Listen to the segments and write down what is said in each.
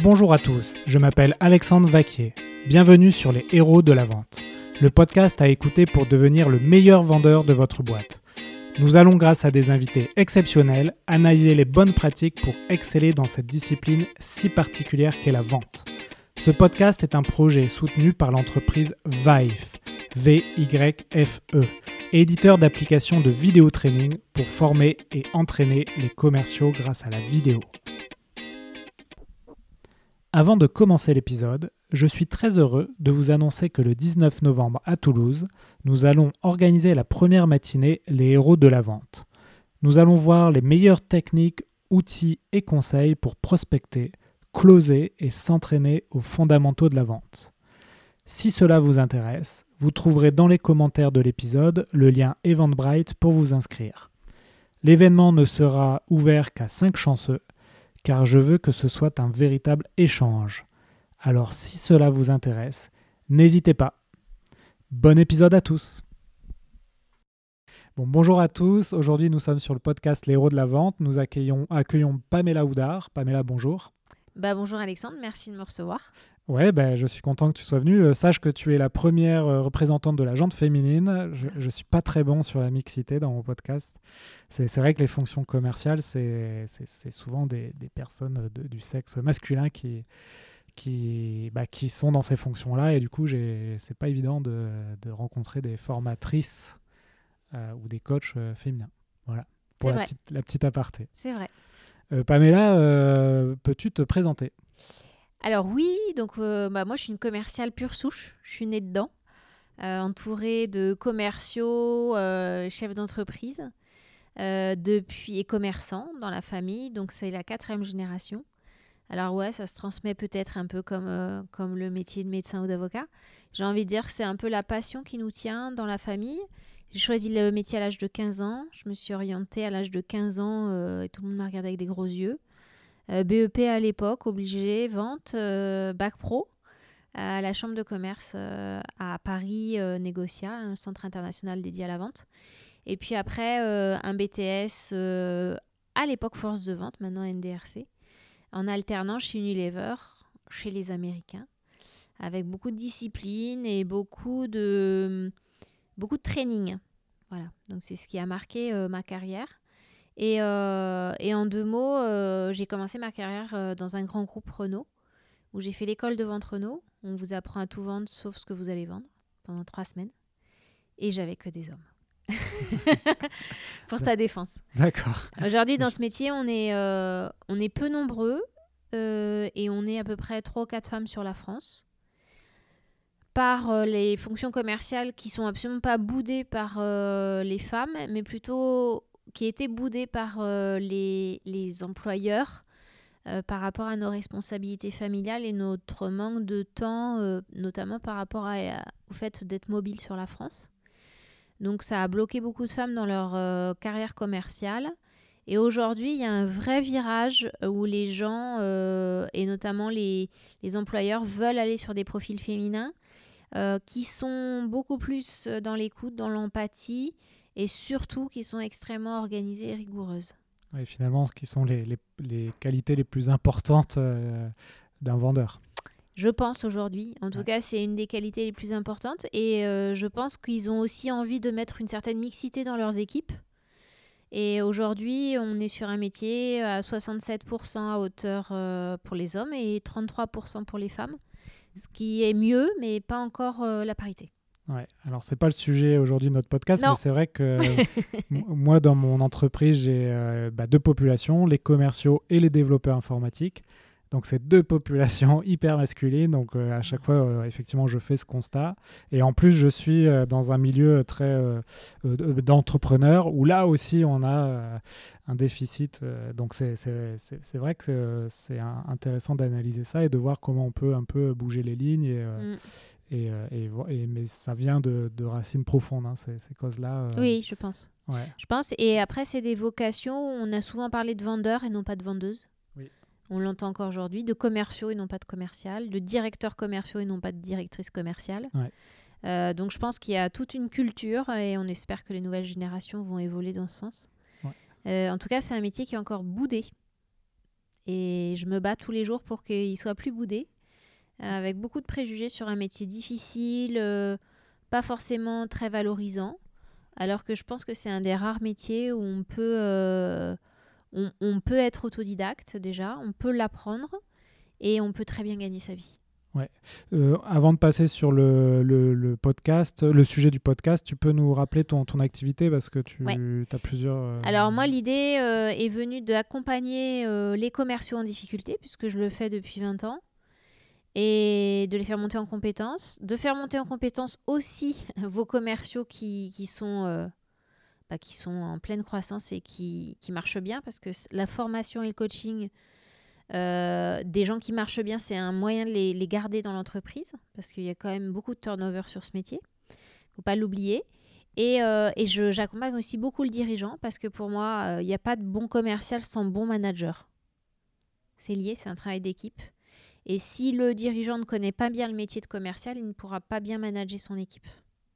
Bonjour à tous, je m'appelle Alexandre Vaquier. Bienvenue sur les héros de la vente, le podcast à écouter pour devenir le meilleur vendeur de votre boîte. Nous allons, grâce à des invités exceptionnels, analyser les bonnes pratiques pour exceller dans cette discipline si particulière qu'est la vente. Ce podcast est un projet soutenu par l'entreprise Vyfe, V-Y-F-E, éditeur d'applications de vidéo training pour former et entraîner les commerciaux grâce à la vidéo. Avant de commencer l'épisode, je suis très heureux de vous annoncer que le 19 novembre à Toulouse, nous allons organiser la première matinée Les héros de la vente. Nous allons voir les meilleures techniques, outils et conseils pour prospecter, closer et s'entraîner aux fondamentaux de la vente. Si cela vous intéresse, vous trouverez dans les commentaires de l'épisode le lien Eventbrite pour vous inscrire. L'événement ne sera ouvert qu'à 5 chanceux, car je veux que ce soit un véritable échange. Alors si cela vous intéresse, n'hésitez pas. Bon épisode à tous. Bonjour à tous, aujourd'hui nous sommes sur le podcast Les héros de la vente. Nous accueillons Pamela Houdard. Pamela, bonjour. Bonjour Alexandre, merci de me recevoir. Ouais, je suis content que tu sois venue. Sache que tu es la première représentante de la gente féminine. Je ne suis pas très bon sur la mixité dans mon podcast. C'est vrai que les fonctions commerciales, c'est souvent des personnes du sexe masculin qui sont dans ces fonctions-là. Et du coup, c'est pas évident de rencontrer des formatrices ou des coachs féminins. Voilà, pour la petite aparté. C'est vrai. Pamela, peux-tu te présenter ? Alors oui, donc moi je suis une commerciale pure souche, je suis née dedans, entourée de commerciaux, chefs d'entreprise, et commerçants dans la famille, donc c'est la 4e génération. Alors ouais, ça se transmet peut-être un peu comme le métier de médecin ou d'avocat. J'ai envie de dire que c'est un peu la passion qui nous tient dans la famille. J'ai choisi le métier à l'âge de 15 ans, je me suis orientée à l'âge de 15 ans et tout le monde m'a regardé avec des gros yeux. BEP à l'époque, obligé, vente, bac pro, à la chambre de commerce à Paris, Négocia, un centre international dédié à la vente. Et puis après, un BTS à l'époque force de vente, maintenant NDRC, en alternant chez Unilever, chez les Américains, avec beaucoup de discipline et beaucoup de training. Voilà, donc c'est ce qui a marqué ma carrière. Et en 2 mots, j'ai commencé ma carrière dans un grand groupe Renault, où j'ai fait l'école de vente Renault. On vous apprend à tout vendre sauf ce que vous allez vendre pendant 3 semaines. Et j'avais que des hommes. Pour ta défense. D'accord. Aujourd'hui, dans ce métier, on est peu nombreux et on est à peu près 3 ou 4 femmes sur la France. Par les fonctions commerciales qui sont absolument pas boudées par les femmes, mais plutôt qui étaient boudées par les employeurs par rapport à nos responsabilités familiales et notre manque de temps, notamment par rapport au fait d'être mobile sur la France. Donc ça a bloqué beaucoup de femmes dans leur carrière commerciale. Et aujourd'hui, il y a un vrai virage où les gens, et notamment les employeurs, veulent aller sur des profils féminins qui sont beaucoup plus dans l'écoute, dans l'empathie et surtout qui sont extrêmement organisées et rigoureuses. Et finalement, ce qui sont les qualités les plus importantes d'un vendeur. Je pense aujourd'hui. En tout cas, c'est une des qualités les plus importantes. Et je pense qu'ils ont aussi envie de mettre une certaine mixité dans leurs équipes. Et aujourd'hui, on est sur un métier à 67% à hauteur pour les hommes et 33% pour les femmes. Ce qui est mieux, mais pas encore la parité. Ouais, alors c'est pas le sujet aujourd'hui de notre podcast, non. Mais c'est vrai que moi, dans mon entreprise, j'ai 2 populations, les commerciaux et les développeurs informatiques. Donc c'est 2 populations hyper masculines, donc à chaque fois, effectivement, je fais ce constat. Et en plus, je suis dans un milieu très d'entrepreneurs, où là aussi, on a un déficit. Donc c'est vrai que c'est intéressant d'analyser ça et de voir comment on peut un peu bouger les lignes. Mais ça vient de racines profondes, hein, ces causes-là. Oui, je pense. Ouais. Je pense. Et après, c'est des vocations. On a souvent parlé de vendeurs et non pas de vendeuses. Oui. On l'entend encore aujourd'hui. De commerciaux et non pas de commercial. De directeurs commerciaux et non pas de directrices commerciales. Ouais. Donc, je pense qu'il y a toute une culture et on espère que les nouvelles générations vont évoluer dans ce sens. Ouais. En tout cas, c'est un métier qui est encore boudé. Et je me bats tous les jours pour qu'il soit plus boudé, avec beaucoup de préjugés sur un métier difficile, pas forcément très valorisant, alors que je pense que c'est un des rares métiers où on peut être autodidacte déjà, on peut l'apprendre et on peut très bien gagner sa vie. Ouais. Avant de passer sur le podcast, le sujet du podcast, tu peux nous rappeler ton activité parce que tu as plusieurs... Alors moi, l'idée est venue d'accompagner les commerciaux en difficulté, puisque je le fais depuis 20 ans, et de les faire monter en compétences, de faire monter en compétences aussi vos commerciaux qui sont en pleine croissance et qui marchent bien, parce que la formation et le coaching des gens qui marchent bien, c'est un moyen de les garder dans l'entreprise, parce qu'il y a quand même beaucoup de turnover sur ce métier, il ne faut pas l'oublier. Et j'accompagne aussi beaucoup le dirigeant, parce que pour moi, il n'y a pas de bon commercial sans bon manager. C'est lié, c'est un travail d'équipe. Et si le dirigeant ne connaît pas bien le métier de commercial, il ne pourra pas bien manager son équipe.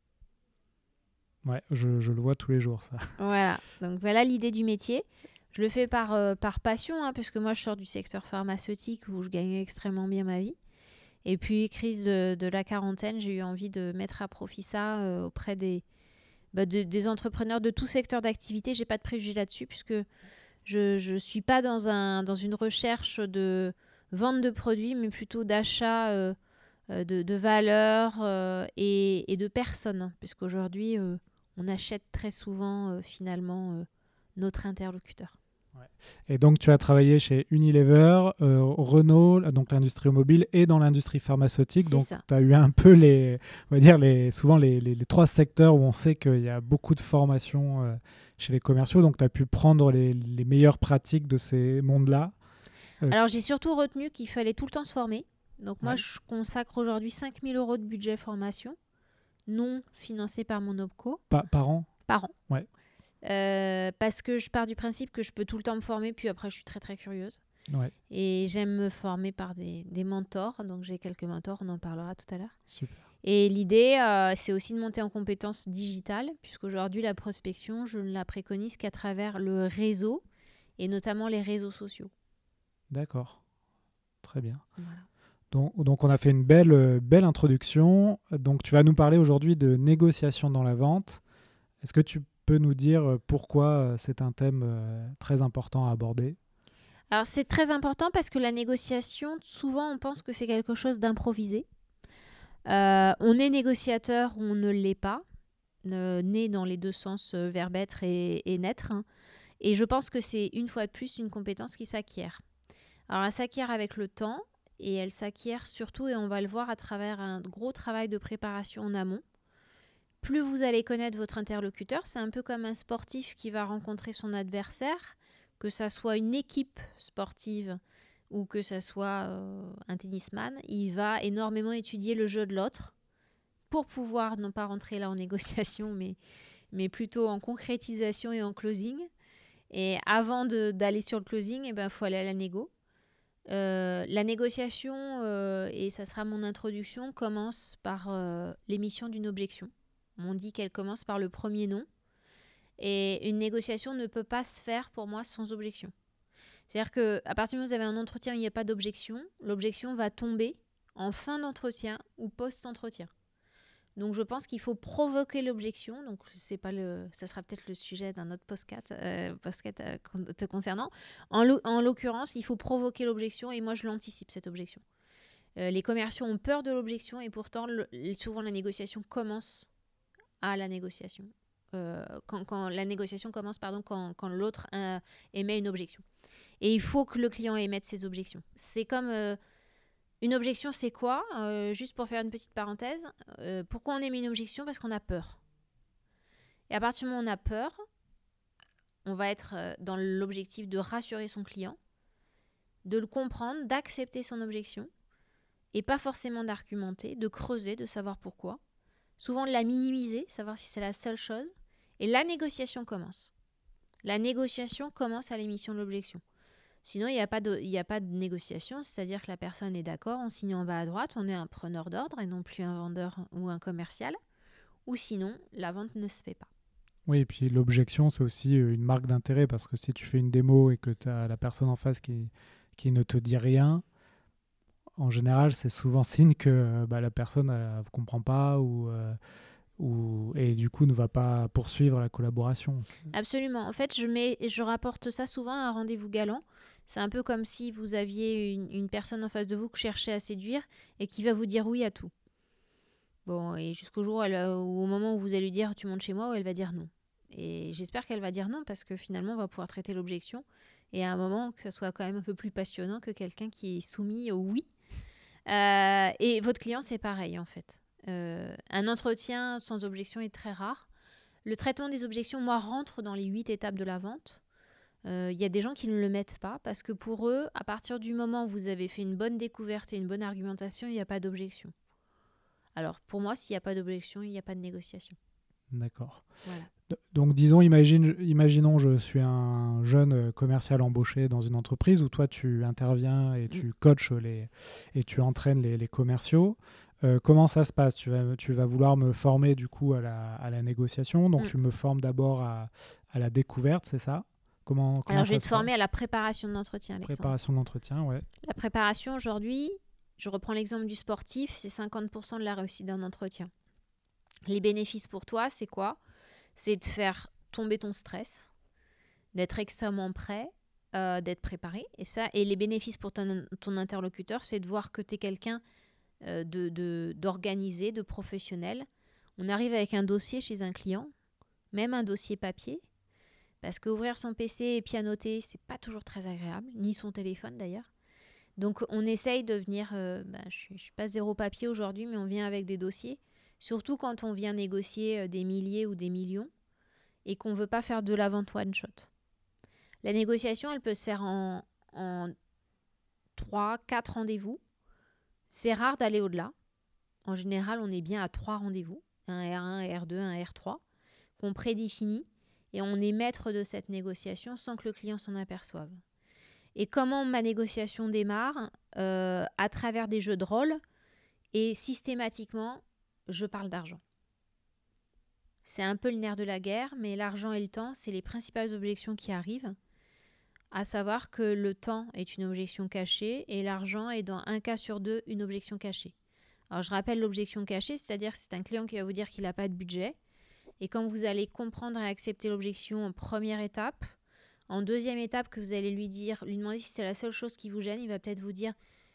Ouais, je le vois tous les jours, ça. Voilà, donc voilà l'idée du métier. Je le fais par passion, puisque moi je sors du secteur pharmaceutique où je gagnais extrêmement bien ma vie. Et puis, crise de la quarantaine, j'ai eu envie de mettre à profit ça auprès des entrepreneurs de tout secteur d'activité. Je n'ai pas de préjugés là-dessus, puisque je ne suis pas dans une recherche de vente de produits, mais plutôt d'achat de valeurs et de personnes. Puisqu'aujourd'hui, on achète très souvent, finalement, notre interlocuteur. Et donc, tu as travaillé chez Unilever, Renault, donc l'industrie automobile, et dans l'industrie pharmaceutique. C'est donc, ça. tu as eu un peu souvent les trois secteurs où on sait qu'il y a beaucoup de formation chez les commerciaux. Donc, tu as pu prendre les meilleures pratiques de ces mondes-là. Alors, j'ai surtout retenu qu'il fallait tout le temps se former. Donc, moi, je consacre aujourd'hui 5 000 € de budget formation, non financé par mon OPCO. Par an Par an. Ouais. Parce que je pars du principe que je peux tout le temps me former, puis après je suis très très curieuse. Ouais. Et j'aime me former par des mentors, donc j'ai quelques mentors, on en parlera tout à l'heure. Super. Et l'idée, c'est aussi de monter en compétences digitales, puisqu'aujourd'hui la prospection, je ne la préconise qu'à travers le réseau, et notamment les réseaux sociaux. D'accord, très bien. Voilà. Donc on a fait une belle introduction. Donc tu vas nous parler aujourd'hui de négociation dans la vente. Est-ce que tu peux nous dire pourquoi c'est un thème très important à aborder ? Alors c'est très important parce que la négociation, souvent on pense que c'est quelque chose d'improvisé. On est négociateur ou on ne l'est pas, né dans les deux sens, verbe être et naître. Et je pense que c'est une fois de plus une compétence qui s'acquiert. Alors elle s'acquiert avec le temps et elle s'acquiert surtout, et on va le voir à travers un gros travail de préparation en amont. Plus vous allez connaître votre interlocuteur, c'est un peu comme un sportif qui va rencontrer son adversaire, que ça soit une équipe sportive ou que ça soit un tennisman, il va énormément étudier le jeu de l'autre pour pouvoir non pas rentrer là en négociation, mais plutôt en concrétisation et en closing. Et avant d'aller sur le closing, il faut aller à la négo. La négociation, et ça sera mon introduction, commence par l'émission d'une objection. On dit qu'elle commence par le premier non. Et une négociation ne peut pas se faire pour moi sans objection. C'est-à-dire qu'à partir du moment où vous avez un entretien où il n'y a pas d'objection, l'objection va tomber en fin d'entretien ou post-entretien. Donc je pense qu'il faut provoquer l'objection. Donc ça sera peut-être le sujet d'un autre podcast te concernant. En l'occurrence, il faut provoquer l'objection et moi je l'anticipe, cette objection. Les commerciaux ont peur de l'objection et pourtant souvent la négociation commence à la négociation. Quand la négociation commence, quand l'autre émet une objection. Et il faut que le client émette ses objections. C'est comme une objection, c'est quoi ? Juste pour faire une petite parenthèse, pourquoi on émet une objection ? Parce qu'on a peur. Et à partir du moment où on a peur, on va être dans l'objectif de rassurer son client, de le comprendre, d'accepter son objection, et pas forcément d'argumenter, de creuser, de savoir pourquoi. Souvent de la minimiser, savoir si c'est la seule chose. Et la négociation commence. La négociation commence à l'émission de l'objection. Sinon, il n'y a pas de négociation, c'est-à-dire que la personne est d'accord, on signe en bas à droite, on est un preneur d'ordre et non plus un vendeur ou un commercial. Ou sinon, la vente ne se fait pas. Oui, et puis l'objection, c'est aussi une marque d'intérêt parce que si tu fais une démo et que tu as la personne en face qui qui ne te dit rien, en général, c'est souvent signe que la personne ne comprend pas et du coup ne va pas poursuivre la collaboration. Absolument. En fait, je rapporte ça souvent à un rendez-vous galant. C'est un peu comme si vous aviez une personne en face de vous que vous cherchez à séduire et qui va vous dire oui à tout. Bon, et jusqu'au jour où, au moment où vous allez lui dire tu montes chez moi, où elle va dire non. Et j'espère qu'elle va dire non parce que finalement on va pouvoir traiter l'objection et à un moment que ça soit quand même un peu plus passionnant que quelqu'un qui est soumis au oui. Et votre client c'est pareil en fait. Un entretien sans objection est très rare. Le traitement des objections, moi, rentre dans les 8 étapes de la vente. Il y a des gens qui ne le mettent pas parce que pour eux, à partir du moment où vous avez fait une bonne découverte et une bonne argumentation, il n'y a pas d'objection. Alors, pour moi, s'il n'y a pas d'objection, il n'y a pas de négociation. D'accord. Voilà. Donc, disons, imaginons, je suis un jeune commercial embauché dans une entreprise où toi, tu interviens et tu coaches et tu entraînes les commerciaux. Comment ça se passe ? Tu vas vouloir me former du coup à la négociation. Donc, tu me formes d'abord à la découverte, c'est ça ? Comment Alors, je vais ça te se former passe ? à la préparation de l'entretien, Alexandre. Préparation de l'entretien, ouais. La préparation, aujourd'hui, je reprends l'exemple du sportif, c'est 50% de la réussite d'un entretien. Les bénéfices pour toi, c'est quoi ? C'est de faire tomber ton stress, d'être extrêmement prêt, d'être préparé. Et les bénéfices pour ton interlocuteur, c'est de voir que tu es quelqu'un d'organisé, de professionnel. On arrive avec un dossier chez un client, même un dossier papier, parce qu'ouvrir son PC et pianoter, c'est pas toujours très agréable, ni son téléphone d'ailleurs. Donc on essaye de venir, je suis pas zéro papier aujourd'hui, mais on vient avec des dossiers, surtout quand on vient négocier des milliers ou des millions et qu'on veut pas faire de la vente one shot. La négociation, elle peut se faire en 3-4 rendez-vous. C'est rare d'aller au-delà. En général, on est bien à 3 rendez-vous, un R1, un R2, un R3, qu'on prédéfinit et on est maître de cette négociation sans que le client s'en aperçoive. Et comment ma négociation démarre ? À travers des jeux de rôle et systématiquement, je parle d'argent. C'est un peu le nerf de la guerre, mais l'argent et le temps, c'est les principales objections qui arrivent. À savoir que le temps est une objection cachée et l'argent est dans un cas sur 2 une objection cachée. Alors je rappelle l'objection cachée, c'est-à-dire que c'est un client qui va vous dire qu'il n'a pas de budget. Et quand vous allez comprendre et accepter l'objection en première étape, en deuxième étape que vous allez lui demander si c'est la seule chose qui vous gêne, il va peut-être vous dire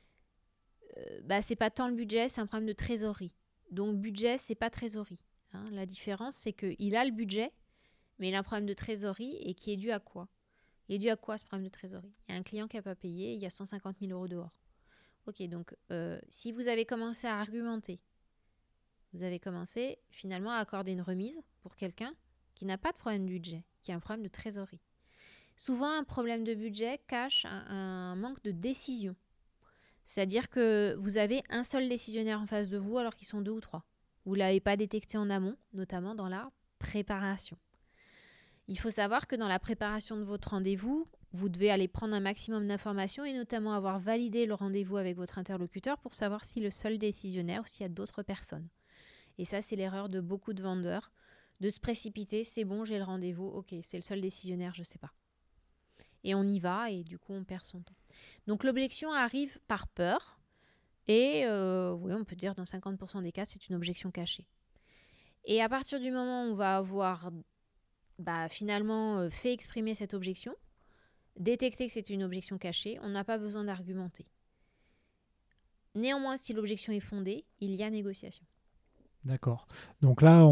c'est pas tant le budget, c'est un problème de trésorerie. Donc budget, c'est pas trésorerie. Hein. La différence, c'est qu'il a le budget, mais il a un problème de trésorerie et qui est dû à quoi ? Il est dû à quoi ce problème de trésorerie ? Il y a un client qui n'a pas payé, il y a 150 000 euros dehors. Ok, donc si vous avez commencé à argumenter, vous avez commencé finalement à accorder une remise pour quelqu'un qui n'a pas de problème de budget, qui a un problème de trésorerie. Souvent, un problème de budget cache un manque de décision. C'est-à-dire que vous avez un seul décisionnaire en face de vous alors qu'ils sont 2 ou 3. Vous ne l'avez pas détecté en amont, notamment dans la préparation. Il faut savoir que dans la préparation de votre rendez-vous, vous devez aller prendre un maximum d'informations et notamment avoir validé le rendez-vous avec votre interlocuteur pour savoir si le seul décisionnaire ou s'il y a d'autres personnes. Et ça, c'est l'erreur de beaucoup de vendeurs, de se précipiter, c'est bon, j'ai le rendez-vous, ok, c'est le seul décisionnaire, je ne sais pas. Et on y va et du coup, on perd son temps. Donc l'objection arrive par peur et oui, on peut dire dans 50% des cas, c'est une objection cachée. Et à partir du moment où on va avoir finalement fait exprimer cette objection, détecter que c'est une objection cachée, on n'a pas besoin d'argumenter. Néanmoins, si l'objection est fondée, il y a négociation. D'accord. Donc là,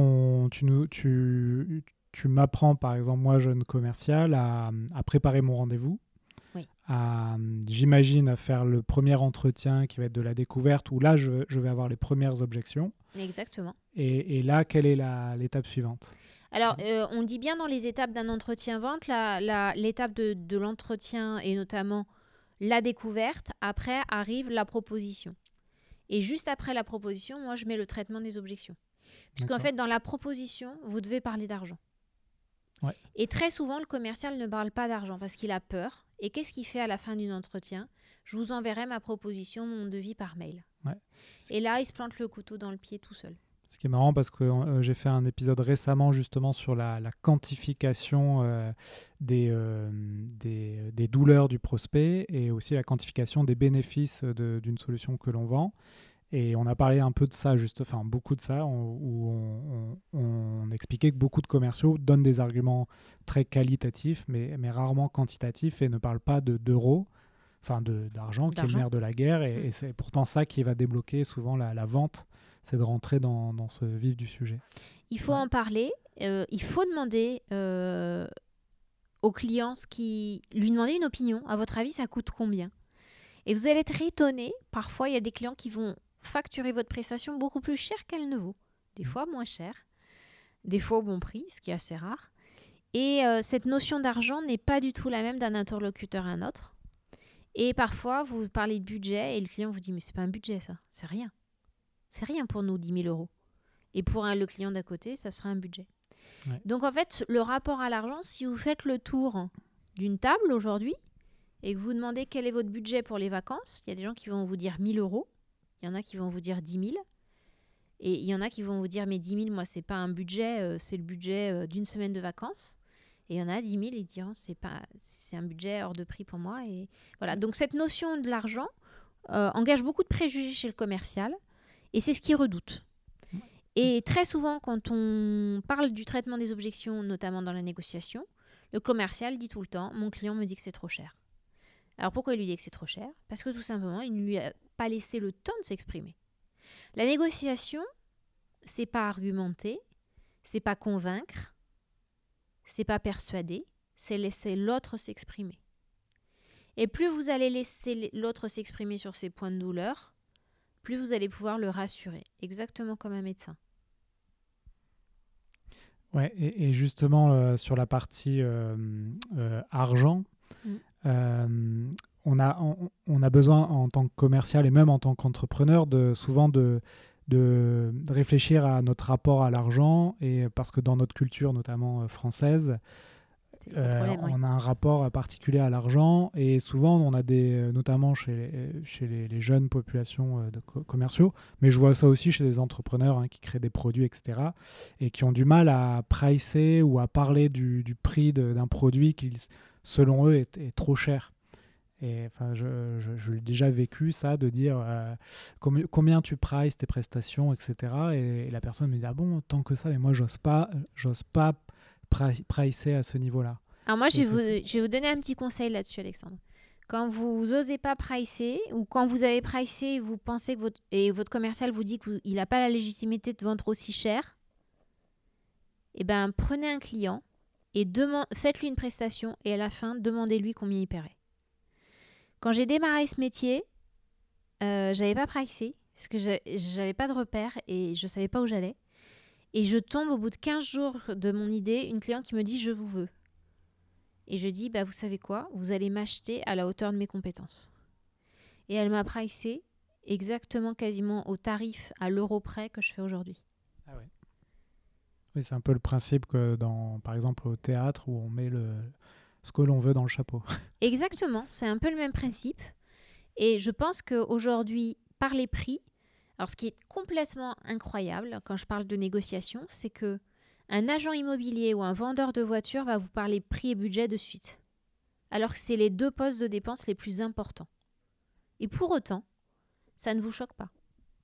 tu m'apprends, par exemple, moi, jeune commercial, à préparer mon rendez-vous. Oui. J'imagine à faire le premier entretien qui va être de la découverte, où là, je vais avoir les premières objections. Exactement. Et là, quelle est l'étape suivante ? Alors, on dit bien dans les étapes d'un entretien vente, l'étape de l'entretien et notamment la découverte, après arrive la proposition. Et juste après la proposition, moi, je mets le traitement des objections. Puisqu'en fait, dans la proposition, vous devez parler d'argent. Ouais. Et très souvent, le commercial ne parle pas d'argent parce qu'il a peur. Et qu'est-ce qu'il fait à la fin d'un entretien ? Je vous enverrai ma proposition, mon devis par mail. Ouais. Et là, il se plante le couteau dans le pied tout seul. Ce qui est marrant parce que j'ai fait un épisode récemment justement sur la quantification des douleurs du prospect et aussi la quantification des bénéfices d'une solution que l'on vend. Et on a parlé un peu de ça, enfin beaucoup de ça, où on expliquait que beaucoup de commerciaux donnent des arguments très qualitatifs, mais rarement quantitatifs et ne parlent pas d'euros, enfin d'argent qui est le nerf de la guerre. Et c'est pourtant ça qui va débloquer souvent la vente, c'est de rentrer dans ce vif du sujet. Il faut en parler, il faut demander aux clients lui demander une opinion. À votre avis, ça coûte combien? Et vous allez être étonné, parfois il y a des clients qui vont facturer votre prestation beaucoup plus cher qu'elle ne vaut. Des fois moins cher, des fois au bon prix, ce qui est assez rare. Et cette notion d'argent n'est pas du tout la même d'un interlocuteur à un autre. Et parfois, vous parlez de budget et le client vous dit « mais c'est pas un budget ça, c'est rien. C'est rien pour nous, 10 000 euros. » Et pour le client d'à côté, ça sera un budget. Ouais. Donc en fait, le rapport à l'argent, si vous faites le tour d'une table aujourd'hui et que vous demandez quel est votre budget pour les vacances, il y a des gens qui vont vous dire 1 000 euros, il y en a qui vont vous dire 10 000, et il y en a qui vont vous dire mais 10 000, moi, c'est pas un budget, c'est le budget d'une semaine de vacances. Et il y en a 10 000, ils diront c'est un budget hors de prix pour moi. Et voilà. Donc cette notion de l'argent engage beaucoup de préjugés chez le commercial, et c'est ce qu'il redoute. Et très souvent, quand on parle du traitement des objections, notamment dans la négociation, le commercial dit tout le temps « mon client me dit que c'est trop cher ». Alors pourquoi il lui dit que c'est trop cher? Parce que tout simplement, il ne lui a pas laissé le temps de s'exprimer. La négociation, c'est pas argumenter, c'est pas convaincre, c'est pas persuader, c'est laisser l'autre s'exprimer. Et plus vous allez laisser l'autre s'exprimer sur ses points de douleur, plus vous allez pouvoir le rassurer, exactement comme un médecin. Ouais, et justement, sur la partie argent, on a besoin en tant que commercial et même en tant qu'entrepreneur souvent de réfléchir à notre rapport à l'argent, et parce que dans notre culture, notamment française, on a un rapport particulier à l'argent, et souvent on a notamment chez les jeunes populations de commerciaux, mais je vois ça aussi chez des entrepreneurs qui créent des produits, etc., et qui ont du mal à pricer ou à parler du prix d'un produit qui, selon eux, est trop cher. Et enfin, je l'ai déjà vécu, ça, de dire combien tu prices tes prestations, etc. Et la personne me dit ah bon, tant que ça, mais moi j'ose pas pricer à ce niveau-là. Alors moi, je vais vous donner un petit conseil là-dessus, Alexandre. Quand vous n'osez pas pricer, ou quand vous avez pricé et vous pensez que votre commercial vous dit qu'il n'a pas la légitimité de vendre aussi cher, eh ben, prenez un client et faites-lui une prestation, et à la fin, demandez-lui combien il paierait. Quand j'ai démarré ce métier, j'avais pas pricé parce que j'avais pas de repères et je savais pas où j'allais. Et je tombe au bout de 15 jours de mon idée, une cliente qui me dit « je vous veux ». Et je dis « vous savez quoi, vous allez m'acheter à la hauteur de mes compétences ». Et elle m'a pricé exactement quasiment au tarif à l'euro près que je fais aujourd'hui. Ah ouais. Oui, c'est un peu le principe que par exemple au théâtre, où on met ce que l'on veut dans le chapeau. Exactement, c'est un peu le même principe. Et je pense qu'aujourd'hui, par les prix, alors ce qui est complètement incroyable quand je parle de négociation, c'est que un agent immobilier ou un vendeur de voitures va vous parler prix et budget de suite, alors que c'est les deux postes de dépenses les plus importants. Et pour autant, ça ne vous choque pas.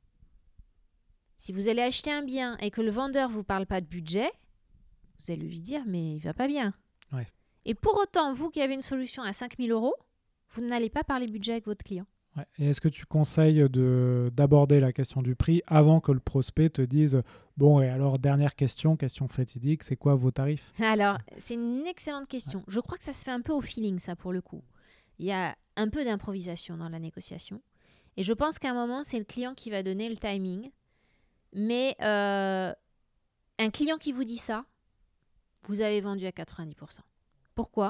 Si vous allez acheter un bien et que le vendeur ne vous parle pas de budget, vous allez lui dire « mais il va pas bien ». Ouais. Et pour autant, vous qui avez une solution à 5 000 euros, vous n'allez pas parler budget avec votre client. Ouais. Et est-ce que tu conseilles d'aborder la question du prix avant que le prospect te dise « bon, et alors dernière question fatidique, c'est quoi vos tarifs ?» Alors, c'est une excellente question. Ouais. Je crois que ça se fait un peu au feeling, ça, pour le coup. Il y a un peu d'improvisation dans la négociation. Et je pense qu'à un moment, c'est le client qui va donner le timing. Mais un client qui vous dit ça, vous avez vendu à 90%. Pourquoi ?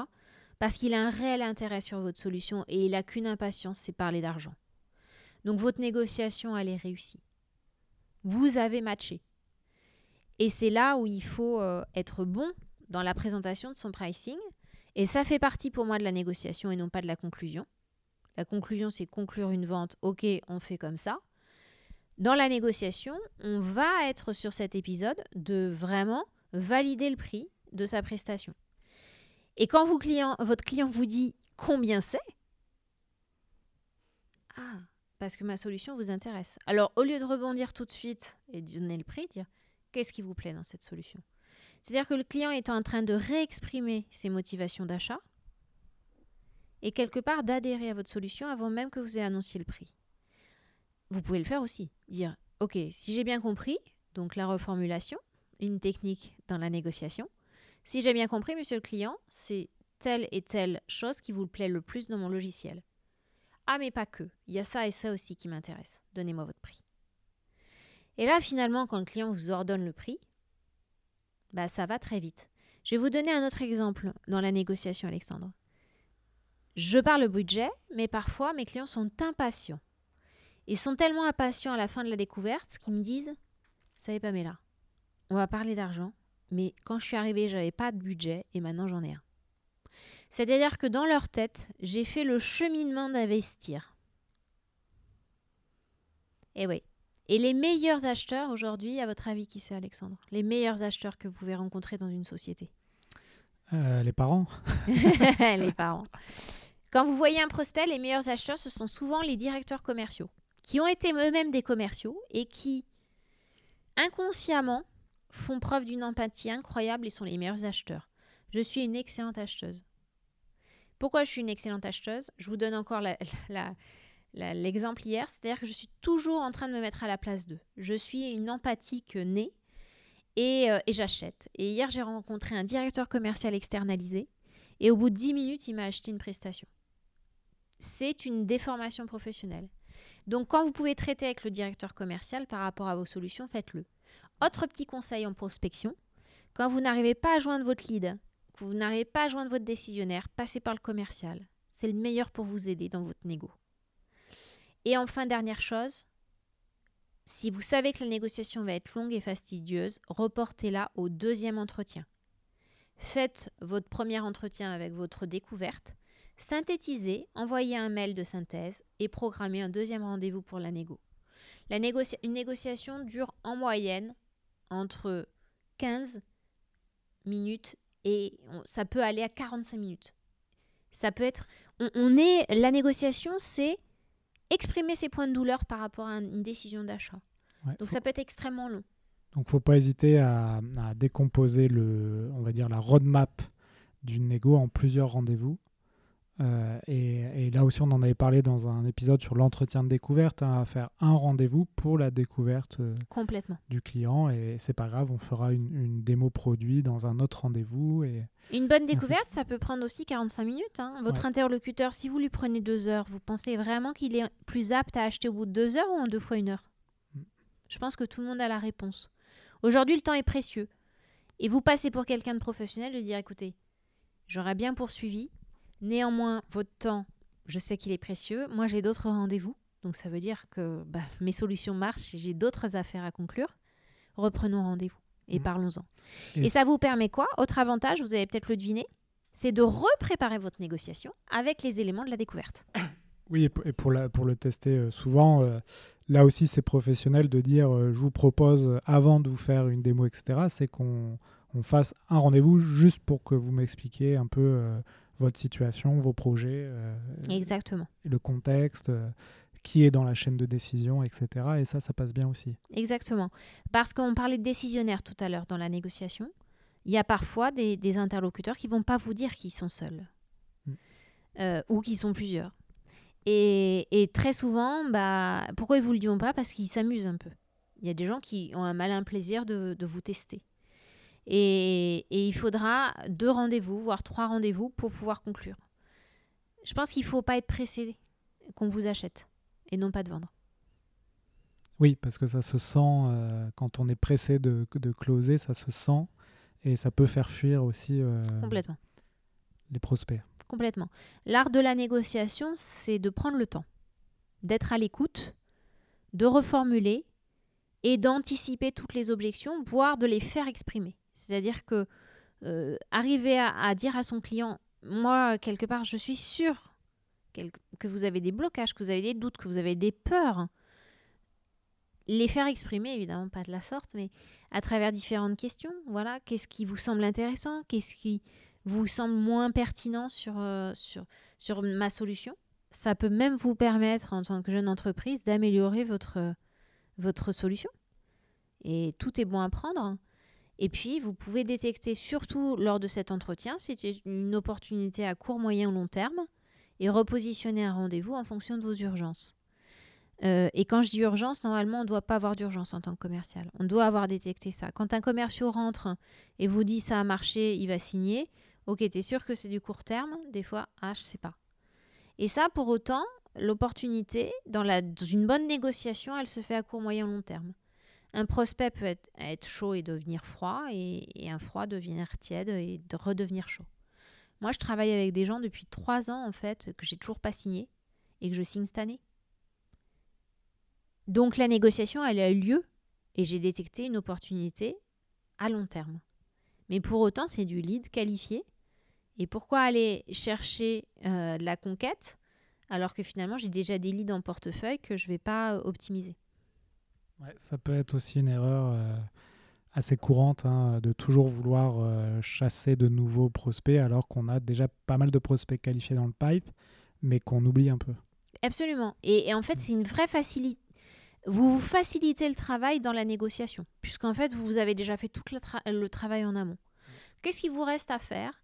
Parce qu'il a un réel intérêt sur votre solution et il n'a qu'une impatience, c'est parler d'argent. Donc votre négociation, elle est réussie. Vous avez matché. Et c'est là où il faut être bon dans la présentation de son pricing. Et ça fait partie pour moi de la négociation et non pas de la conclusion. La conclusion, c'est conclure une vente. Ok, on fait comme ça. Dans la négociation, on va être sur cet épisode de vraiment valider le prix de sa prestation. Et quand votre client vous dit combien c'est, parce que ma solution vous intéresse. Alors, au lieu de rebondir tout de suite et de donner le prix, dire qu'est-ce qui vous plaît dans cette solution ? C'est-à-dire que le client est en train de réexprimer ses motivations d'achat et quelque part d'adhérer à votre solution avant même que vous ayez annoncé le prix. Vous pouvez le faire aussi, dire « Ok, si j'ai bien compris, donc la reformulation, une technique dans la négociation, si j'ai bien compris, monsieur le client, c'est telle et telle chose qui vous plaît le plus dans mon logiciel. Ah, mais pas que, il y a ça et ça aussi qui m'intéresse, donnez-moi votre prix. » Et là, finalement, quand le client vous ordonne le prix, ça va très vite. Je vais vous donner un autre exemple dans la négociation, Alexandre. Je parle budget, mais parfois mes clients sont impatients. Ils sont tellement impatients à la fin de la découverte qu'ils me disent « Vous savez Pamela, on va parler d'argent, mais quand je suis arrivée, je n'avais pas de budget et maintenant j'en ai un. » C'est-à-dire que dans leur tête, j'ai fait le cheminement d'investir. Et oui. Et les meilleurs acheteurs aujourd'hui, à votre avis, qui c'est, Alexandre ? Les meilleurs acheteurs que vous pouvez rencontrer dans une société ? Les parents. Les parents. Quand vous voyez un prospect, les meilleurs acheteurs, ce sont souvent les directeurs commerciaux, qui ont été eux-mêmes des commerciaux et qui, inconsciemment, font preuve d'une empathie incroyable et sont les meilleurs acheteurs. Je suis une excellente acheteuse. Pourquoi je suis une excellente acheteuse ? Je vous donne encore l'exemple hier, c'est-à-dire que je suis toujours en train de me mettre à la place d'eux. Je suis une empathique née et j'achète. Et hier, j'ai rencontré un directeur commercial externalisé et au bout de 10 minutes, il m'a acheté une prestation. C'est une déformation professionnelle. Donc, quand vous pouvez traiter avec le directeur commercial par rapport à vos solutions, faites-le. Autre petit conseil en prospection, quand vous n'arrivez pas à joindre votre lead, que vous n'arrivez pas à joindre votre décisionnaire, passez par le commercial. C'est le meilleur pour vous aider dans votre négo. Et enfin, dernière chose, si vous savez que la négociation va être longue et fastidieuse, reportez-la au deuxième entretien. Faites votre premier entretien avec votre découverte, synthétisez, envoyez un mail de synthèse et programmez un deuxième rendez-vous pour la négo. Une négociation dure en moyenne entre 15 minutes et ça peut aller à 45 minutes. Ça peut être... la négociation, c'est exprimer ses points de douleur par rapport à une décision d'achat. Ouais, donc ça peut être extrêmement long. Donc il ne faut pas hésiter à décomposer on va dire la roadmap d'une négo en plusieurs rendez-vous. Et là aussi, on en avait parlé dans un épisode sur l'entretien de découverte, à faire un rendez-vous pour la découverte du client. Et c'est pas grave, on fera une démo produit dans un autre rendez-vous. Une bonne découverte, ça peut prendre aussi 45 minutes. Votre interlocuteur, si vous lui prenez 2 heures, vous pensez vraiment qu'il est plus apte à acheter au bout de 2 heures ou en 2 fois 1 heure ? Je pense que tout le monde a la réponse. Aujourd'hui, le temps est précieux. Et vous passez pour quelqu'un de professionnel de dire, écoutez, j'aurais bien poursuivi. Néanmoins, votre temps, je sais qu'il est précieux. Moi, j'ai d'autres rendez-vous. Donc, ça veut dire que mes solutions marchent et j'ai d'autres affaires à conclure. Reprenons rendez-vous et parlons-en. Et ça vous permet quoi ? Autre avantage, vous avez peut-être le deviné, c'est de repréparer votre négociation avec les éléments de la découverte. Oui, et pour le tester souvent, là aussi, c'est professionnel de dire je vous propose, avant de vous faire une démo, etc., c'est qu'on fasse un rendez-vous juste pour que vous m'expliquiez un peu votre situation, vos projets, exactement. Le contexte, qui est dans la chaîne de décision, etc. Et ça passe bien aussi. Exactement. Parce qu'on parlait de décisionnaire tout à l'heure dans la négociation. Il y a parfois des interlocuteurs qui ne vont pas vous dire qu'ils sont seuls ou qu'ils sont plusieurs. Et très souvent, pourquoi ils ne vous le diront pas ? Parce qu'ils s'amusent un peu. Il y a des gens qui ont un malin plaisir de vous tester. Et il faudra 2 rendez-vous, voire 3 rendez-vous pour pouvoir conclure. Je pense qu'il ne faut pas être pressé qu'on vous achète et non pas de vendre. Oui, parce que ça se sent, quand on est pressé de closer, ça se sent et ça peut faire fuir aussi complètement les prospects. Complètement. L'art de la négociation, c'est de prendre le temps, d'être à l'écoute, de reformuler et d'anticiper toutes les objections, voire de les faire exprimer. C'est-à-dire que arriver à dire à son client, moi, quelque part, je suis sûre que vous avez des blocages, que vous avez des doutes, que vous avez des peurs. les faire exprimer, évidemment pas de la sorte, mais à travers différentes questions. Voilà, qu'est-ce qui vous semble intéressant? Qu'est-ce qui vous semble moins pertinent sur ma solution? Ça peut même vous permettre, en tant que jeune entreprise, d'améliorer votre solution. Et tout est bon à prendre. Et puis, vous pouvez détecter, surtout lors de cet entretien, si c'est une opportunité à court, moyen ou long terme, et repositionner un rendez-vous en fonction de vos urgences. Et quand je dis urgence, normalement, on ne doit pas avoir d'urgence en tant que commercial. On doit avoir détecté ça. Quand un commercial rentre et vous dit ça a marché, il va signer, ok, t'es sûr que c'est du court terme? Des fois, je sais pas. Et ça, pour autant, l'opportunité, dans une bonne négociation, elle se fait à court, moyen, long terme. Un prospect peut être chaud et devenir froid, et un froid devenir tiède et redevenir chaud. Moi, je travaille avec des gens depuis 3 ans, en fait, que j'ai toujours pas signé et que je signe cette année. Donc, la négociation, elle a eu lieu et j'ai détecté une opportunité à long terme. Mais pour autant, c'est du lead qualifié. Et pourquoi aller chercher de la conquête alors que finalement, j'ai déjà des leads en portefeuille que je ne vais pas optimiser? Ouais, ça peut être aussi une erreur assez courante de toujours vouloir chasser de nouveaux prospects alors qu'on a déjà pas mal de prospects qualifiés dans le pipe, mais qu'on oublie un peu. Absolument. Et en fait, c'est une vraie facilité. Vous facilitez le travail dans la négociation, puisqu'en fait, vous avez déjà fait tout le travail en amont. Qu'est-ce qu'il vous reste à faire?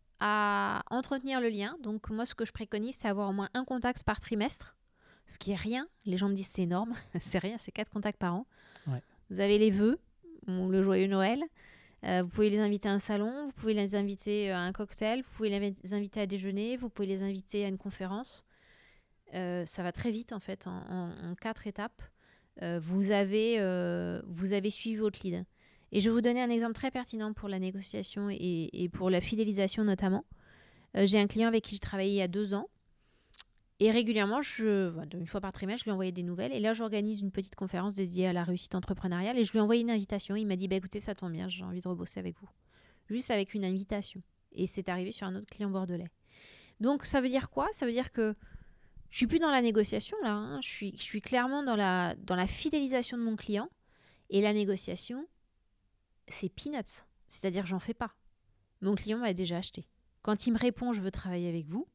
À entretenir le lien. Donc, moi, ce que je préconise, c'est avoir au moins un contact par trimestre, ce qui est rien. Les gens me disent c'est énorme. C'est rien, c'est 4 contacts par an. Ouais. Vous avez les vœux, ou le joyeux Noël. Vous pouvez les inviter à un salon, vous pouvez les inviter à un cocktail, vous pouvez les inviter à déjeuner, vous pouvez les inviter à une conférence. Ça va très vite, en fait, en 4 étapes. Vous avez suivi votre lead. Et je vais vous donner un exemple très pertinent pour la négociation et pour la fidélisation notamment. J'ai un client avec qui j'ai travaillé il y a 2 ans. Et régulièrement, une fois par trimestre, je lui envoyais des nouvelles. Et là, j'organise une petite conférence dédiée à la réussite entrepreneuriale. Et je lui ai envoyé une invitation. Il m'a dit, écoutez, ça tombe bien, j'ai envie de rebosser avec vous. Juste avec une invitation. Et c'est arrivé sur un autre client bordelais. Donc, ça veut dire quoi? Ça veut dire que je suis plus dans la négociation là. Je suis clairement dans la fidélisation de mon client. Et la négociation, c'est peanuts. C'est-à-dire, j'en fais pas. Mon client m'a déjà acheté. Quand il me répond, je veux travailler avec vous,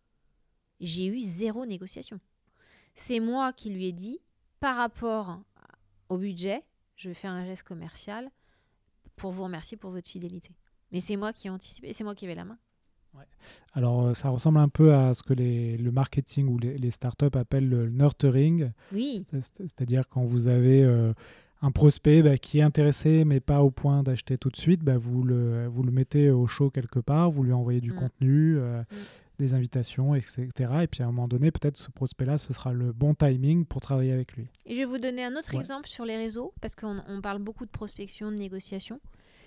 j'ai eu 0 négociation. C'est moi qui lui ai dit, par rapport au budget, je vais faire un geste commercial pour vous remercier pour votre fidélité. Mais c'est moi qui ai anticipé, c'est moi qui avais la main. Ouais. Alors, ça ressemble un peu à ce que le marketing ou les startups appellent le nurturing. Oui. C'est-à-dire quand vous avez un prospect qui est intéressé mais pas au point d'acheter tout de suite, vous le mettez au chaud quelque part, vous lui envoyez du contenu, des invitations, etc. Et puis à un moment donné, peut-être ce prospect-là, ce sera le bon timing pour travailler avec lui. Et je vais vous donner un autre exemple sur les réseaux, parce qu'on parle beaucoup de prospection, de négociation.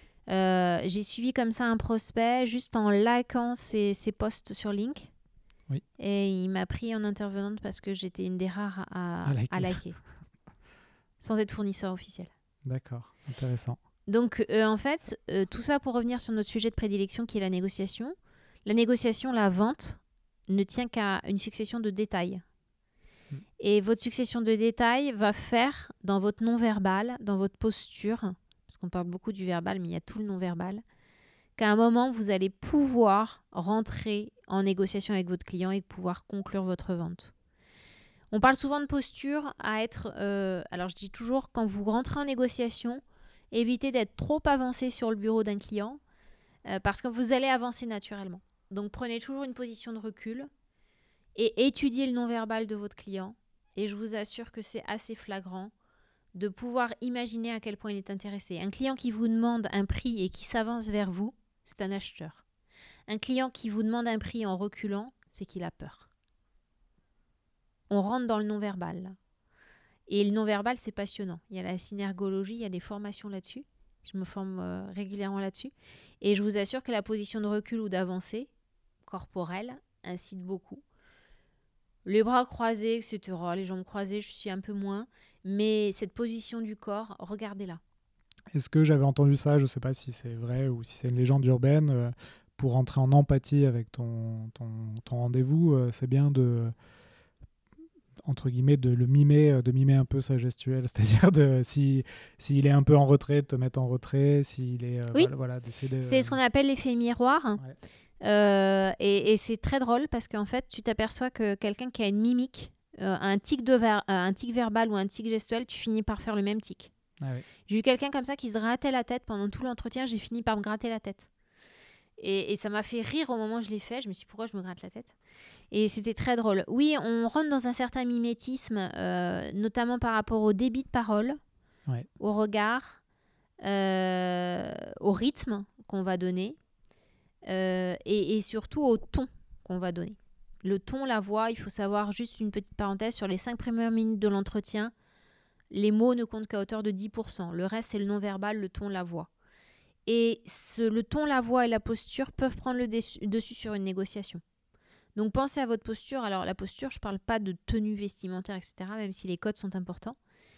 J'ai suivi comme ça un prospect juste en likant ses posts sur Link. Oui. Et il m'a pris en intervenante parce que j'étais une des rares à liker. Sans être fournisseur officiel. D'accord, intéressant. Donc, en fait, tout ça pour revenir sur notre sujet de prédilection qui est la négociation. La négociation, la vente, ne tient qu'à une succession de détails. Et votre succession de détails va faire, dans votre non-verbal, dans votre posture, parce qu'on parle beaucoup du verbal, mais il y a tout le non-verbal, qu'à un moment, vous allez pouvoir rentrer en négociation avec votre client et pouvoir conclure votre vente. On parle souvent de posture à être... alors, je dis toujours, quand vous rentrez en négociation, évitez d'être trop avancé sur le bureau d'un client parce que vous allez avancer naturellement. Donc, prenez toujours une position de recul et étudiez le non-verbal de votre client. Et je vous assure que c'est assez flagrant de pouvoir imaginer à quel point il est intéressé. Un client qui vous demande un prix et qui s'avance vers vous, c'est un acheteur. Un client qui vous demande un prix en reculant, c'est qu'il a peur. On rentre dans le non-verbal. Là. Et le non-verbal, c'est passionnant. Il y a la synergologie, il y a des formations là-dessus. Je me forme régulièrement là-dessus. Et je vous assure que la position de recul ou d'avancée corporelle incite beaucoup. Les bras croisés, etc. Les jambes croisées, je suis un peu moins. Mais cette position du corps, regardez-la. Est-ce que j'avais entendu ça? Je ne sais pas si c'est vrai ou si c'est une légende urbaine. Pour entrer en empathie avec ton rendez-vous, c'est bien entre guillemets, de le mimer, de mimer un peu sa gestuelle, c'est-à-dire s'il est un peu en retrait, de te mettre en retrait, s'il est... Oui, voilà, d'essayer de... c'est ce qu'on appelle l'effet miroir. Ouais. Et c'est très drôle parce qu'en fait, tu t'aperçois que quelqu'un qui a une mimique, un tic verbal ou un tic gestuel, tu finis par faire le même tic. Ah oui. J'ai eu quelqu'un comme ça qui se grattait la tête pendant tout l'entretien, j'ai fini par me gratter la tête. Et ça m'a fait rire au moment où je l'ai fait. Je me suis dit, pourquoi je me gratte la tête? Et c'était très drôle. Oui, on rentre dans un certain mimétisme, notamment par rapport au débit de parole, Ouais. au regard, au rythme qu'on va donner, et surtout au ton qu'on va donner. Le ton, la voix, il faut savoir, juste une petite parenthèse, sur les 5 premières minutes de l'entretien, les mots ne comptent qu'à hauteur de 10%. Le reste, c'est le non-verbal, le ton, la voix. Et le ton, la voix et la posture peuvent prendre le dessus sur une négociation. Donc pensez à votre posture. Alors la posture, je ne parle pas de tenue vestimentaire, etc., même si les codes sont importants.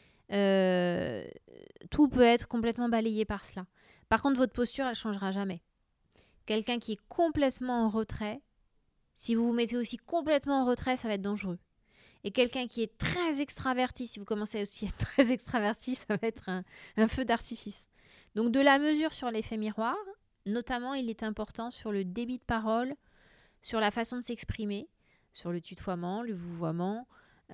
Tout peut être complètement balayé par cela. Par contre, votre posture, elle ne changera jamais. Quelqu'un qui est complètement en retrait, si vous vous mettez aussi complètement en retrait, ça va être dangereux. Et quelqu'un qui est très extraverti, si vous commencez aussi à être très extraverti, ça va être un feu d'artifice. Donc de la mesure sur l'effet miroir, notamment il est important sur le débit de parole, sur la façon de s'exprimer, sur le tutoiement, le vouvoiement,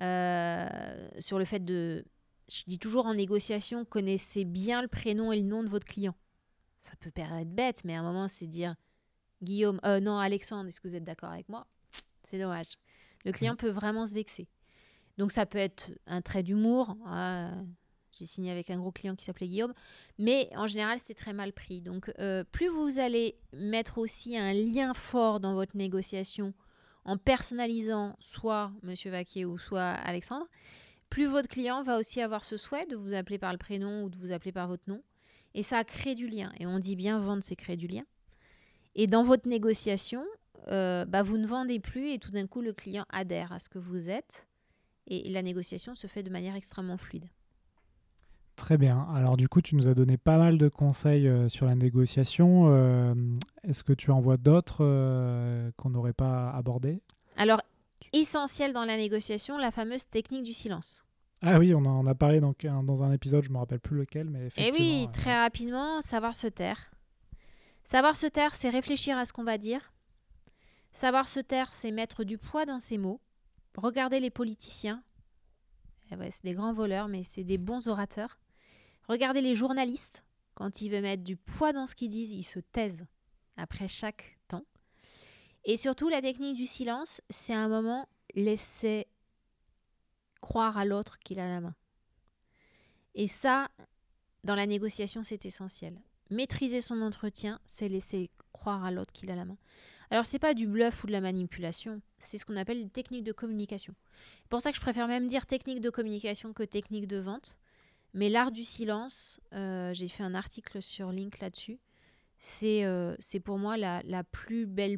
sur le fait de... Je dis toujours en négociation, connaissez bien le prénom et le nom de votre client. Ça peut paraître bête, mais à un moment, c'est dire Guillaume, non, Alexandre, est-ce que vous êtes d'accord avec moi? C'est dommage. Le client peut vraiment se vexer. Donc ça peut être un trait d'humour. J'ai signé avec un gros client qui s'appelait Guillaume. Mais en général, c'est très mal pris. Donc plus vous allez mettre aussi un lien fort dans votre négociation en personnalisant soit Monsieur Vaquier ou soit Alexandre, plus votre client va aussi avoir ce souhait de vous appeler par le prénom ou de vous appeler par votre nom. Et ça crée du lien. Et on dit bien vendre, c'est créer du lien. Et dans votre négociation, vous ne vendez plus et tout d'un coup, le client adhère à ce que vous êtes. Et la négociation se fait de manière extrêmement fluide. Très bien. Alors du coup, tu nous as donné pas mal de conseils sur la négociation. Est-ce que tu en vois d'autres qu'on n'aurait pas abordés? Alors, essentiel dans la négociation, la fameuse technique du silence. Ah oui, on en a parlé dans un épisode, je ne me rappelle plus lequel, mais effectivement. Et oui, très rapidement, savoir se taire. Savoir se taire, c'est réfléchir à ce qu'on va dire. Savoir se taire, c'est mettre du poids dans ses mots. Regardez les politiciens. C'est des grands voleurs, mais c'est des bons orateurs. Regardez les journalistes. Quand ils veulent mettre du poids dans ce qu'ils disent, ils se taisent après chaque temps. Et surtout, la technique du silence, c'est un moment laisser croire à l'autre qu'il a la main. Et ça, dans la négociation, c'est essentiel. Maîtriser son entretien, c'est laisser croire à l'autre qu'il a la main. Alors, c'est pas du bluff ou de la manipulation, c'est ce qu'on appelle une technique de communication. C'est pour ça que je préfère même dire technique de communication que technique de vente. Mais l'art du silence, j'ai fait un article sur Link là-dessus, c'est pour moi la plus belle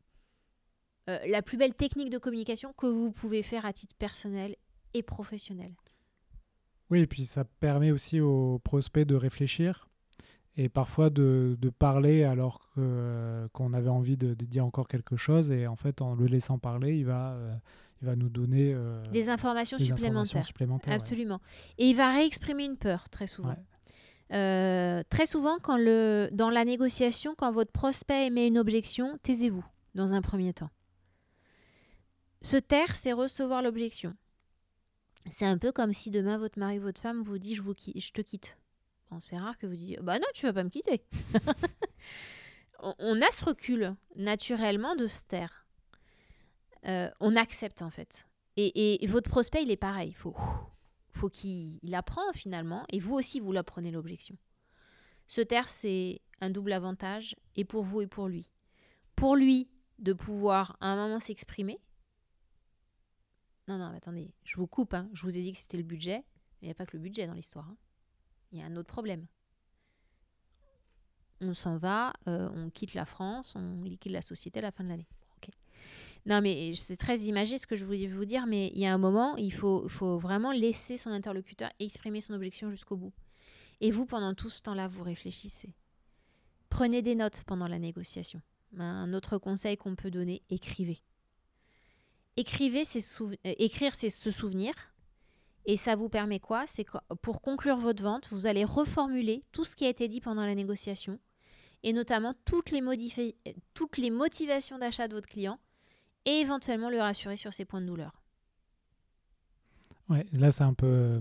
technique de communication que vous pouvez faire à titre personnel et professionnel. Oui, et puis ça permet aussi aux prospects de réfléchir et parfois de parler alors qu'on avait envie de dire encore quelque chose, et en fait, en le laissant parler, il va nous donner des informations supplémentaires. Absolument. Ouais. Et il va réexprimer une peur, très souvent. Ouais. Très souvent, dans la négociation, quand votre prospect émet une objection, taisez-vous dans un premier temps. Se taire, c'est recevoir l'objection. C'est un peu comme si demain, votre mari, votre femme vous dit « je te quitte ». Bon, c'est rare que vous disiez « bah non, tu vas pas me quitter ». On a ce recul, naturellement, de se taire. On accepte, en fait. Et votre prospect, il est pareil. Il faut qu'il apprend, finalement. Et vous aussi, vous l'apprenez, l'objection. Se taire, c'est un double avantage, et pour vous et pour lui. Pour lui, de pouvoir, à un moment, s'exprimer. Non, attendez, je vous coupe. Je vous ai dit que c'était le budget. Mais il n'y a pas que le budget dans l'histoire. Il y a un autre problème. On s'en va, on quitte la France, on liquide la société à la fin de l'année. Okay. Non, mais c'est très imagé ce que je voulais vous dire, mais il y a un moment, il faut vraiment laisser son interlocuteur exprimer son objection jusqu'au bout. Et vous, pendant tout ce temps-là, vous réfléchissez. Prenez des notes pendant la négociation. Un autre conseil qu'on peut donner, écrivez. écrire, c'est se souvenir. Et ça vous permet quoi? C'est que pour conclure votre vente, vous allez reformuler tout ce qui a été dit pendant la négociation et notamment toutes les motivations d'achat de votre client et éventuellement le rassurer sur ses points de douleur. Ouais, là c'est un peu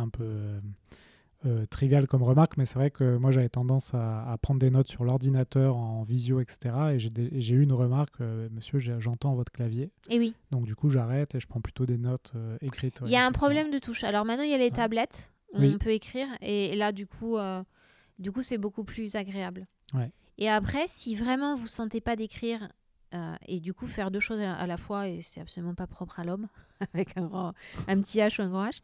trivial comme remarque, mais c'est vrai que moi j'avais tendance à prendre des notes sur l'ordinateur en visio, etc. Et j'ai eu une remarque, monsieur, j'entends votre clavier. Et oui. Donc du coup j'arrête et je prends plutôt des notes écrites. Il y a un problème de touche. Alors maintenant il y a les tablettes où Oui. on peut écrire et là du coup c'est beaucoup plus agréable. Ouais. Et après, si vraiment vous ne sentez pas d'écrire et du coup faire deux choses à la fois, et c'est absolument pas propre à l'homme, avec un petit H ou un grand H,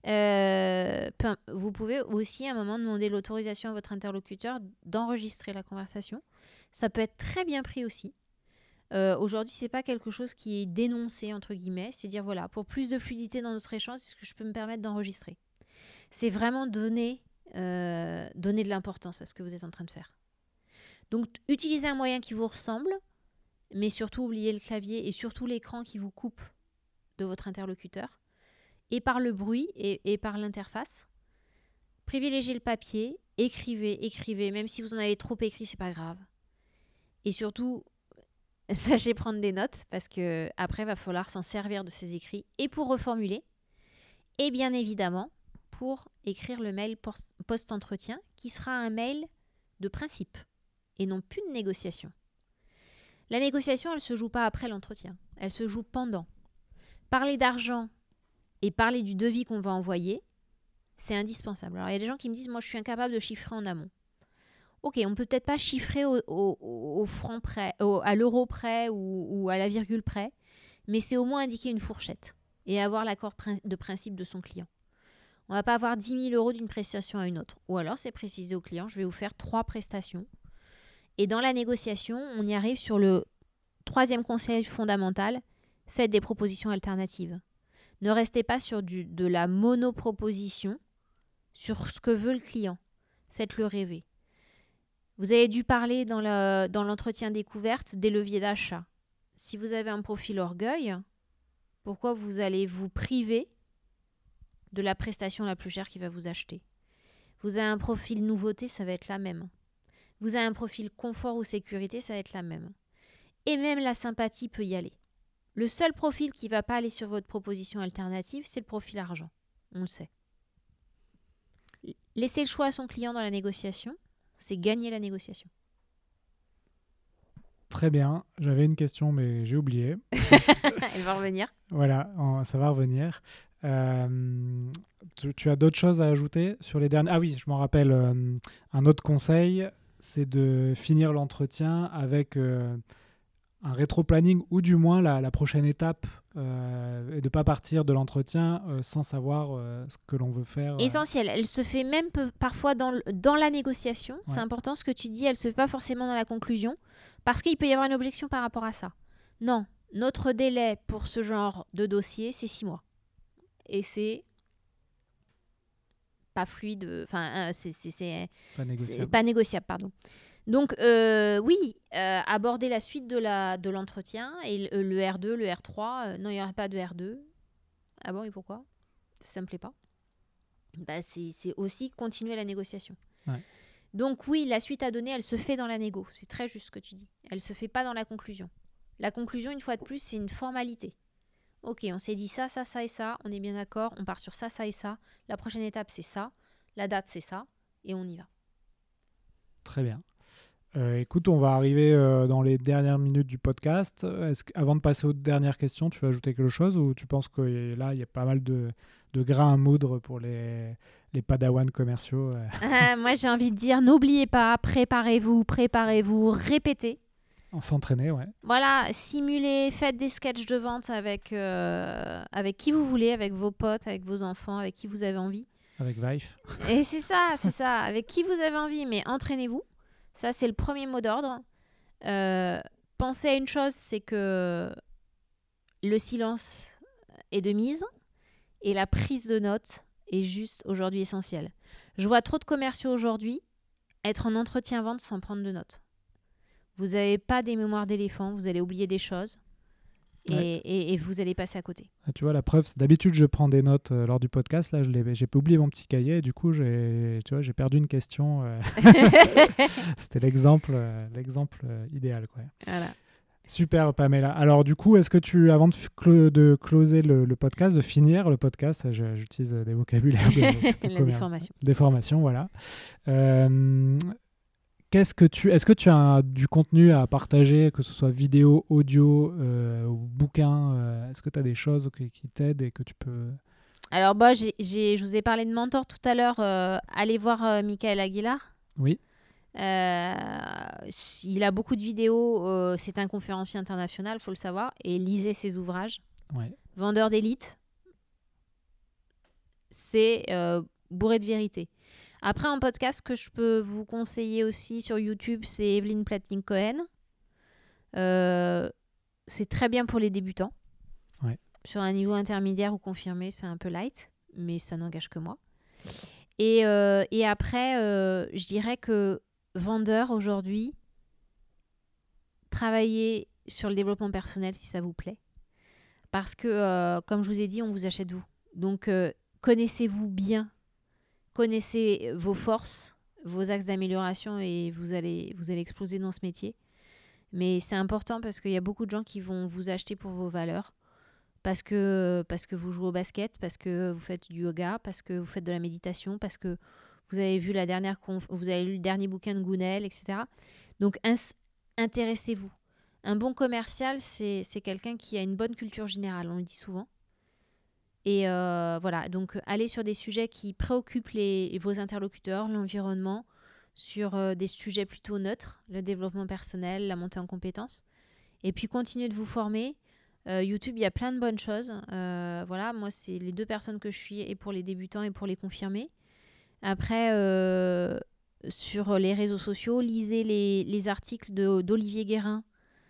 vous pouvez aussi à un moment demander l'autorisation à votre interlocuteur d'enregistrer la conversation. Ça peut être très bien pris aussi. Aujourd'hui, c'est pas quelque chose qui est dénoncé, entre guillemets. C'est dire, voilà, pour plus de fluidité dans notre échange, est-ce que je peux me permettre d'enregistrer? C'est vraiment donner de l'importance à ce que vous êtes en train de faire. Donc, utilisez un moyen qui vous ressemble, mais surtout, oubliez le clavier et surtout l'écran qui vous coupe de votre interlocuteur. Et par le bruit et par l'interface, privilégiez le papier, écrivez. Même si vous en avez trop écrit, c'est pas grave. Et surtout, sachez prendre des notes parce que après, il va falloir s'en servir de ces écrits et pour reformuler. Et bien évidemment, pour écrire le mail post-entretien qui sera un mail de principe et non plus de négociation. La négociation, elle ne se joue pas après l'entretien, elle se joue pendant. Parler d'argent et parler du devis qu'on va envoyer, c'est indispensable. Alors il y a des gens qui me disent, moi je suis incapable de chiffrer en amont. Ok, on ne peut peut-être pas chiffrer au franc près, à l'euro près ou à la virgule près, mais c'est au moins indiquer une fourchette et avoir l'accord de principe de son client. On ne va pas avoir 10 000 euros d'une prestation à une autre. Ou alors, c'est préciser au client, je vais vous faire 3 prestations. Et dans la négociation, on y arrive sur le 3e conseil fondamental, faites des propositions alternatives. Ne restez pas sur de la monoproposition, sur ce que veut le client. Faites-le rêver. Vous avez dû parler dans l'entretien découverte des leviers d'achat. Si vous avez un profil orgueil, pourquoi vous allez vous priver de la prestation la plus chère qui va vous acheter? Vous avez un profil nouveauté, ça va être la même. Vous avez un profil confort ou sécurité, ça va être la même. Et même la sympathie peut y aller. Le seul profil qui ne va pas aller sur votre proposition alternative, c'est le profil argent. On le sait. Laisser le choix à son client dans la négociation, c'est gagner la négociation. Très bien. J'avais une question, mais j'ai oublié. Elle va revenir. Voilà, ça va revenir. Tu as d'autres choses à ajouter sur les derniers? Ah oui, je m'en rappelle. Un autre conseil, c'est de finir l'entretien avec un rétro-planning ou du moins la prochaine étape et de ne pas partir de l'entretien sans savoir ce que l'on veut faire. Essentiel. Elle se fait même parfois dans la négociation. Ouais. C'est important ce que tu dis. Elle ne se fait pas forcément dans la conclusion parce qu'il peut y avoir une objection par rapport à ça. Non, notre délai pour ce genre de dossier, c'est 6 mois. Et c'est pas fluide. Enfin, c'est pas négociable, pardon. Donc, oui, aborder la suite de l'entretien et le R2, le R3. Non, il n'y aura pas de R2. Ah bon, et pourquoi? Ça ne me plaît pas. Bah, c'est aussi continuer la négociation. Ouais. Donc, oui, la suite à donner, elle se fait dans la négo. C'est très juste ce que tu dis. Elle ne se fait pas dans la conclusion. La conclusion, une fois de plus, c'est une formalité. Ok, on s'est dit ça et ça. On est bien d'accord. On part sur ça et ça. La prochaine étape, c'est ça. La date, c'est ça. Et on y va. Très bien. Écoute, on va arriver dans les dernières minutes du podcast. Avant de passer aux dernières questions, tu veux ajouter quelque chose ou tu penses que là, il y a pas mal de grains à moudre pour les padawans commerciaux? Moi, j'ai envie de dire, n'oubliez pas, préparez-vous, répétez. On s'entraînait, ouais. Voilà, simulez, faites des sketchs de vente avec qui vous voulez, avec vos potes, avec vos enfants, avec qui vous avez envie. Avec Vive. Et c'est ça, avec qui vous avez envie, mais entraînez-vous. Ça, c'est le premier mot d'ordre. Pensez à une chose, c'est que le silence est de mise et la prise de notes est juste aujourd'hui essentielle. Je vois trop de commerciaux aujourd'hui être en entretien-vente sans prendre de notes. Vous n'avez pas des mémoires d'éléphant, vous allez oublier des choses. et vous allez passer à côté. Tu vois, la preuve, c'est d'habitude, je prends des notes lors du podcast. Là, j'ai pas oublié mon petit cahier. Et du coup, j'ai perdu une question. C'était l'exemple idéal, quoi. Voilà. Super, Pamela. Alors, du coup, est-ce que avant de closer le podcast, de finir le podcast, j'utilise des vocabulaires La déformation. Déformation, voilà. Est-ce que tu as du contenu à partager, que ce soit vidéo, audio ou bouquin Est-ce que tu as des choses qui t'aident et que tu peux... Alors, je vous ai parlé de mentor tout à l'heure. Allez voir Michael Aguilar. Oui. Il a beaucoup de vidéos. C'est un conférencier international, il faut le savoir. Et lisez ses ouvrages. Ouais. Vendeur d'élite. C'est bourré de vérité. Après, un podcast que je peux vous conseiller aussi sur YouTube, c'est Evelyn Platnik-Cohen. C'est très bien pour les débutants. Ouais. Sur un niveau intermédiaire ou confirmé, c'est un peu light, mais ça n'engage que moi. Et après, je dirais que vendeur aujourd'hui, travaillez sur le développement personnel si ça vous plaît. Parce que, comme je vous ai dit, on vous achète vous. Donc, connaissez-vous bien. Connaissez vos forces, vos axes d'amélioration et vous allez exploser dans ce métier. Mais c'est important parce qu'il y a beaucoup de gens qui vont vous acheter pour vos valeurs. Parce que vous jouez au basket, parce que vous faites du yoga, parce que vous faites de la méditation, parce que vous avez vu vous avez lu le dernier bouquin de Gounel, etc. Donc, intéressez-vous. Un bon commercial, c'est quelqu'un qui a une bonne culture générale, on le dit souvent. Et voilà, donc allez sur des sujets qui préoccupent vos interlocuteurs, l'environnement, sur des sujets plutôt neutres, le développement personnel, la montée en compétences. Et puis continuez de vous former. YouTube, il y a plein de bonnes choses. Voilà, moi, c'est les deux personnes que je suis, et pour les débutants et pour les confirmés. Après, sur les réseaux sociaux, lisez les articles d'Olivier Guérin.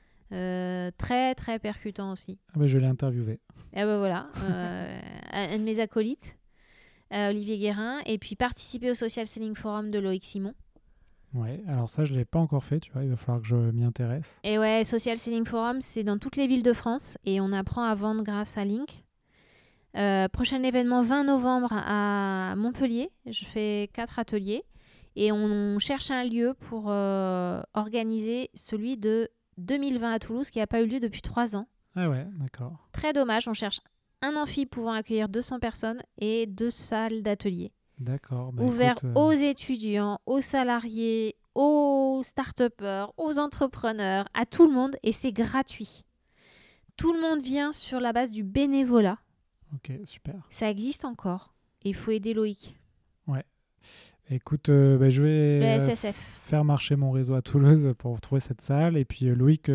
Très, très percutant aussi. Ah ben, je l'ai interviewé. Et ben voilà, un de mes acolytes, Olivier Guérin. Et puis, participer au Social Selling Forum de Loïc Simon. Ouais, alors ça, je ne l'ai pas encore fait, tu vois, il va falloir que je m'y intéresse. Et ouais, Social Selling Forum, c'est dans toutes les villes de France et on apprend à vendre grâce à Link. Prochain événement, 20 novembre à Montpellier. Je fais 4 ateliers et on cherche un lieu pour organiser celui de 2020 à Toulouse qui n'a pas eu lieu depuis 3 ans. Ah ouais, d'accord. Très dommage, on cherche un amphi pouvant accueillir 200 personnes et 2 salles d'ateliers. D'accord. Bah ouvert écoute, aux étudiants, aux salariés, aux start-upers, aux entrepreneurs, à tout le monde et c'est gratuit. Tout le monde vient sur la base du bénévolat. Ok, super. Ça existe encore et il faut aider Loïc. Ouais. Écoute, je vais Le SSF. faire marcher mon réseau à Toulouse pour trouver cette salle. Et puis Loïc,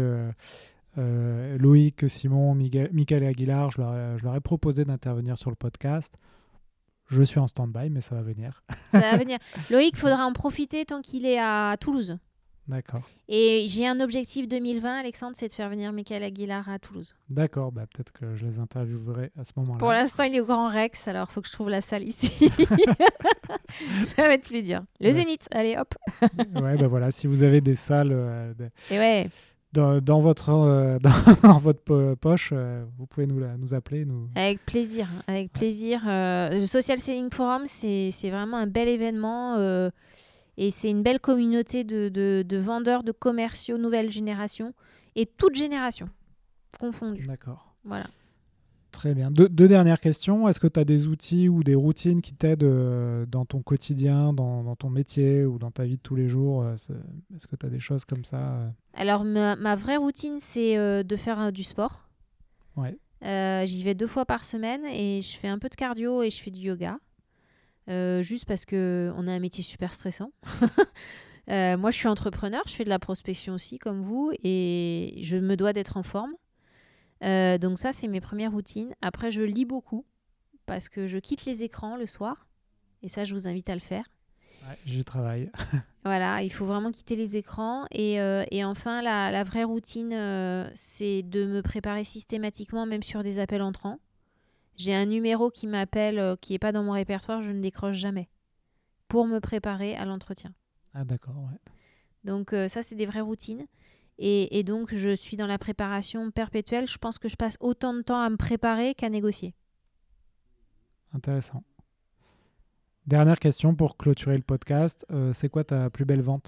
Simon, Michael Aguilar, je leur ai proposé d'intervenir sur le podcast. Je suis en stand-by, mais ça va venir. Ça va venir. Loïc, faudra en profiter tant qu'il est à Toulouse. D'accord. Et j'ai un objectif 2020, Alexandre, c'est de faire venir Michael Aguilar à Toulouse. D'accord, peut-être que je les interviewerai à ce moment-là. Pour l'instant, il est au Grand Rex, alors il faut que je trouve la salle ici. Ça va être plus dur. Le Zénith, allez, hop. Ouais, voilà, si vous avez des salles Et ouais. dans votre poche, vous pouvez nous appeler. Avec plaisir, avec plaisir. Le Social Selling Forum, c'est vraiment un bel événement et c'est une belle communauté de vendeurs, de commerciaux, nouvelle génération et toute génération confondue. D'accord. Voilà. Très bien. Deux dernières questions. Est-ce que tu as des outils ou des routines qui t'aident dans ton quotidien, dans ton métier ou dans ta vie de tous les jours Est-ce que tu as des choses comme ça Alors, ma vraie routine, c'est de faire du sport. Ouais. J'y vais 2 fois par semaine et je fais un peu de cardio et je fais du yoga. Juste parce qu'on a un métier super stressant. Moi, je suis entrepreneur, je fais de la prospection aussi, comme vous, et je me dois d'être en forme. Donc ça, c'est mes premières routines. Après, je lis beaucoup parce que je quitte les écrans le soir. Et ça, je vous invite à le faire. Ouais, j'y travaille. Voilà, il faut vraiment quitter les écrans. Et enfin, la vraie routine, c'est de me préparer systématiquement, même sur des appels entrants. J'ai un numéro qui m'appelle, qui n'est pas dans mon répertoire, je ne décroche jamais. Pour me préparer à l'entretien. Ah d'accord, ouais. Donc ça, c'est des vraies routines. Et donc, je suis dans la préparation perpétuelle. Je pense que je passe autant de temps à me préparer qu'à négocier. Intéressant. Dernière question pour clôturer le podcast. C'est quoi ta plus belle vente ?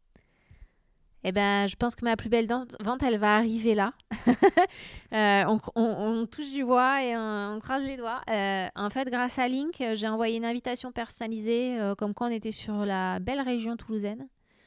Je pense que ma plus belle vente, elle va arriver là. On touche du bois et on croise les doigts. En fait, grâce à Link, j'ai envoyé une invitation personnalisée, comme quand on était sur la belle région toulousaine.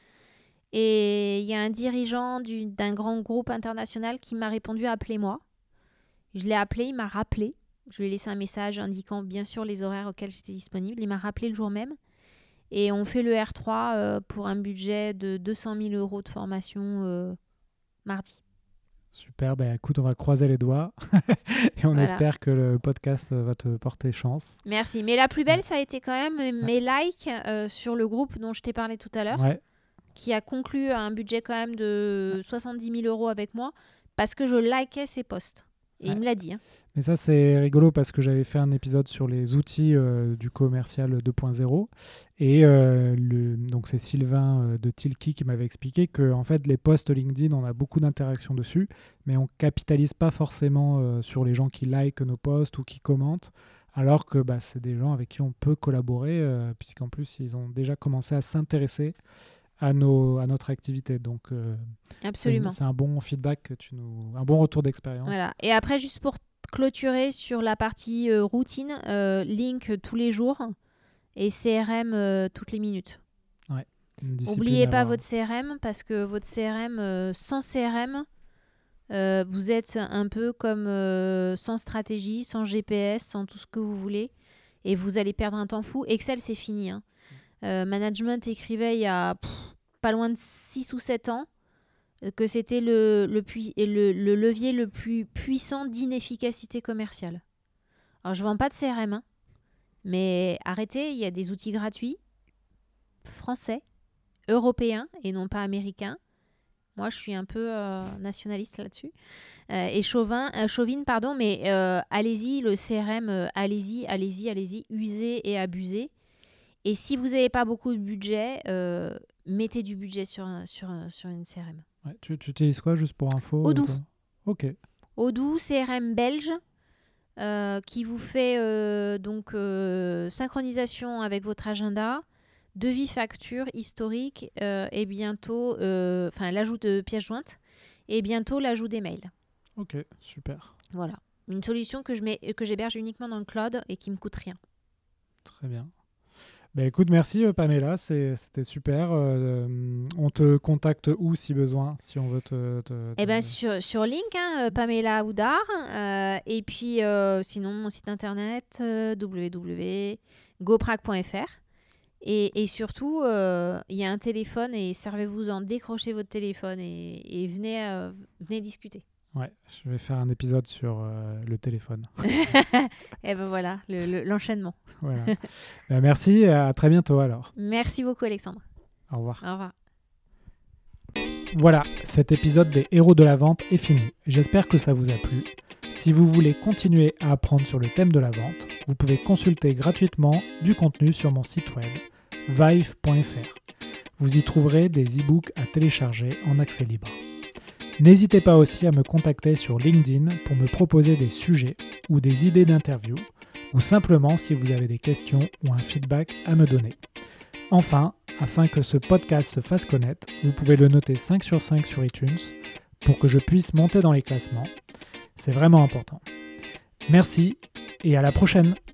Et il y a un dirigeant d'un grand groupe international qui m'a répondu « Appelez-moi ». Je l'ai appelé, il m'a rappelé. Je lui ai laissé un message indiquant bien sûr les horaires auxquels j'étais disponible. Il m'a rappelé le jour même. Et on fait le R3 pour un budget de 200 000 € de formation mardi. Super, écoute, on va croiser les doigts et on espère que le podcast va te porter chance. Merci. Mais la plus belle, ça a été quand même mes likes sur le groupe dont je t'ai parlé tout à l'heure, qui a conclu un budget quand même de 70 000 € avec moi parce que je likais ses posts. Et il me l'a dit. Mais ça, c'est rigolo parce que j'avais fait un épisode sur les outils du commercial 2.0 et donc c'est Sylvain de Tilki qui m'avait expliqué que en fait, les posts LinkedIn, on a beaucoup d'interactions dessus, mais on capitalise pas forcément sur les gens qui likent nos posts ou qui commentent, alors que c'est des gens avec qui on peut collaborer puisqu'en plus, ils ont déjà commencé à s'intéresser à notre activité. Donc, absolument. C'est un bon feedback, un bon retour d'expérience. Voilà. Et après, juste pour clôturer sur la partie routine, Link tous les jours et CRM toutes les minutes. Ouais. N'oubliez pas votre CRM parce que votre CRM, sans CRM, vous êtes un peu comme sans stratégie, sans GPS, sans tout ce que vous voulez et vous allez perdre un temps fou. Excel, c'est fini. Management écrivait il y a pas loin de 6 ou 7 ans que c'était le levier le plus puissant d'inefficacité commerciale. Alors, je ne vends pas de CRM, mais arrêtez, il y a des outils gratuits, français, européens et non pas américains. Moi, je suis un peu nationaliste là-dessus. Et chauvine, mais allez-y, le CRM, allez-y, usez et abusez. Et si vous n'avez pas beaucoup de budget, mettez du budget sur une CRM. Ouais, tu utilises quoi, juste pour info? Odoo. Ok. Odoo, CRM belge, qui vous fait synchronisation avec votre agenda, devis, facture, historique, et bientôt l'ajout de pièces jointes, et bientôt l'ajout des mails. Ok, super. Voilà. Une solution que j'héberge uniquement dans le cloud et qui ne me coûte rien. Très bien. Écoute, merci Pamela, c'était super. On te contacte où si besoin, si on veut sur Link, Pamela Houdard, et puis sinon mon site internet www.goprac.fr et surtout il y a un téléphone et servez-vous-en, décrochez votre téléphone et venez discuter. Ouais, je vais faire un épisode sur le téléphone. Et voilà, l'enchaînement. Voilà. Merci et à très bientôt alors. Merci beaucoup Alexandre. Au revoir. Au revoir. Voilà, cet épisode des héros de la vente est fini. J'espère que ça vous a plu. Si vous voulez continuer à apprendre sur le thème de la vente, vous pouvez consulter gratuitement du contenu sur mon site web vive.fr. Vous y trouverez des e-books à télécharger en accès libre. N'hésitez pas aussi à me contacter sur LinkedIn pour me proposer des sujets ou des idées d'interview, ou simplement si vous avez des questions ou un feedback à me donner. Enfin, afin que ce podcast se fasse connaître, vous pouvez le noter 5 sur 5 sur iTunes pour que je puisse monter dans les classements. C'est vraiment important. Merci et à la prochaine!